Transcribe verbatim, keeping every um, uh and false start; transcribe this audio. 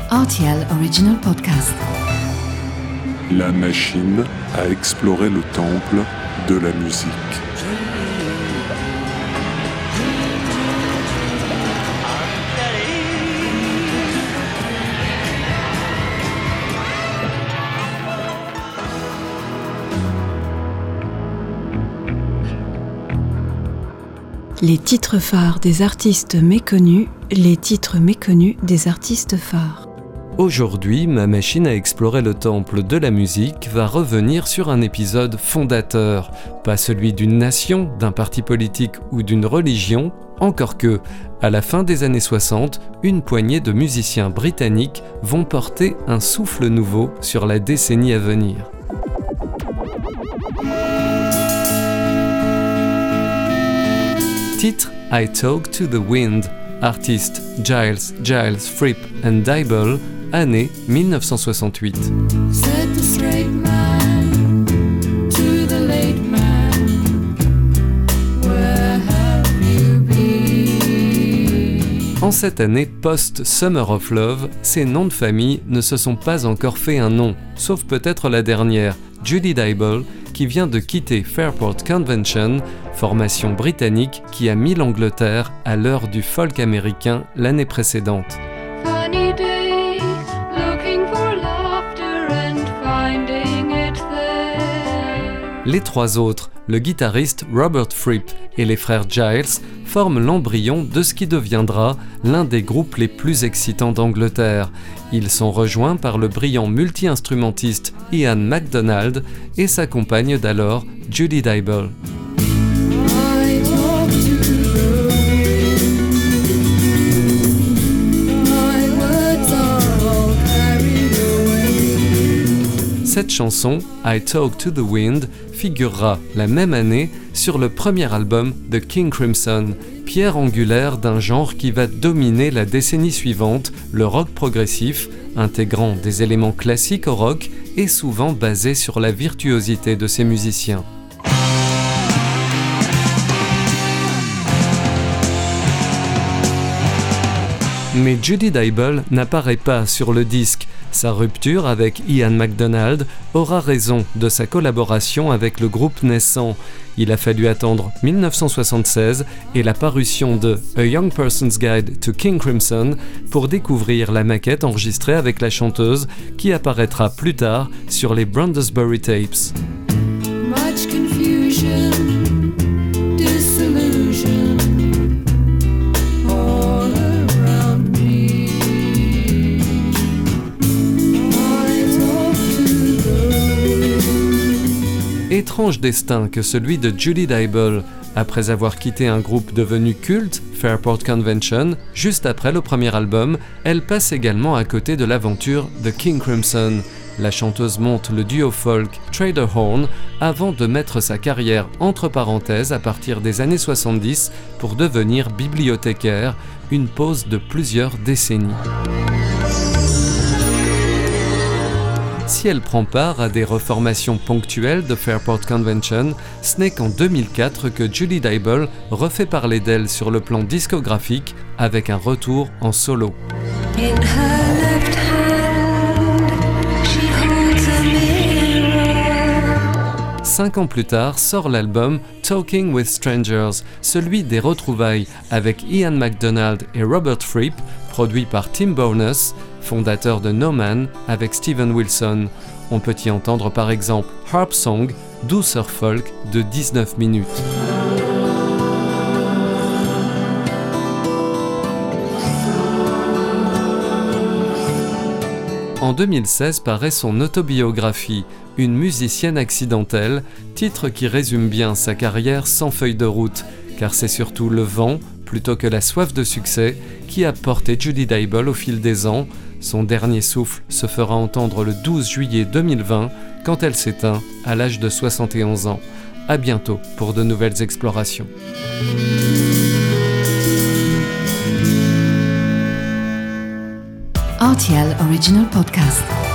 R T L Original Podcast. La machine a exploré le temple de la musique. Les titres phares des artistes méconnus, les titres méconnus des artistes phares. Aujourd'hui, ma machine à explorer le temple de la musique va revenir sur un épisode fondateur, pas celui d'une nation, d'un parti politique ou d'une religion, encore que, à la fin des années soixante, une poignée de musiciens britanniques vont porter un souffle nouveau sur la décennie à venir. Titre I Talk to the Wind, artistes Giles, Giles, Fripp and Dibble, année dix-neuf cent soixante-huit. En cette année post-Summer of Love, ces noms de famille ne se sont pas encore fait un nom, sauf peut-être la dernière, Judy Dibble, qui vient de quitter Fairport Convention, formation britannique qui a mis l'Angleterre à l'heure du folk américain l'année précédente. Les trois autres, le guitariste Robert Fripp et les frères Giles, forment l'embryon de ce qui deviendra l'un des groupes les plus excitants d'Angleterre. Ils sont rejoints par le brillant multi-instrumentiste Ian MacDonald et sa compagne d'alors, Judy Dibble. Cette chanson, I Talk to the Wind, figurera la même année sur le premier album de King Crimson, pierre angulaire d'un genre qui va dominer la décennie suivante, le rock progressif, intégrant des éléments classiques au rock et souvent basé sur la virtuosité de ses musiciens. Mais Judy Dibble n'apparaît pas sur le disque. Sa rupture avec Ian MacDonald aura raison de sa collaboration avec le groupe naissant. Il a fallu attendre dix-neuf cent soixante-seize et la parution de A Young Person's Guide to King Crimson pour découvrir la maquette enregistrée avec la chanteuse qui apparaîtra plus tard sur les Brandesbury Tapes. Much confusion, disillusion. Étrange destin que celui de Judy Dibble. Après avoir quitté un groupe devenu culte, Fairport Convention, juste après le premier album, elle passe également à côté de l'aventure de King Crimson. La chanteuse monte le duo folk Trader Horn avant de mettre sa carrière entre parenthèses à partir des années soixante-dix pour devenir bibliothécaire, une pause de plusieurs décennies. Si elle prend part à des reformations ponctuelles de Fairport Convention, ce n'est qu'en deux mille quatre que Judy Dibble refait parler d'elle sur le plan discographique avec un retour en solo. Cinq ans plus tard sort l'album Talking with Strangers, celui des retrouvailles avec Ian MacDonald et Robert Fripp, produit par Tim Bowness, fondateur de No Man, avec Steven Wilson. On peut y entendre par exemple Harp Song, douceur folk de dix-neuf minutes. En deux mille seize paraît son autobiographie, Une musicienne accidentelle, titre qui résume bien sa carrière sans feuille de route, car c'est surtout le vent, plutôt que la soif de succès, qui a porté Judy Dibble au fil des ans. Son dernier souffle se fera entendre le douze juillet deux mille vingt, quand elle s'éteint à l'âge de soixante et onze ans. À bientôt pour de nouvelles explorations. R T L Original Podcast.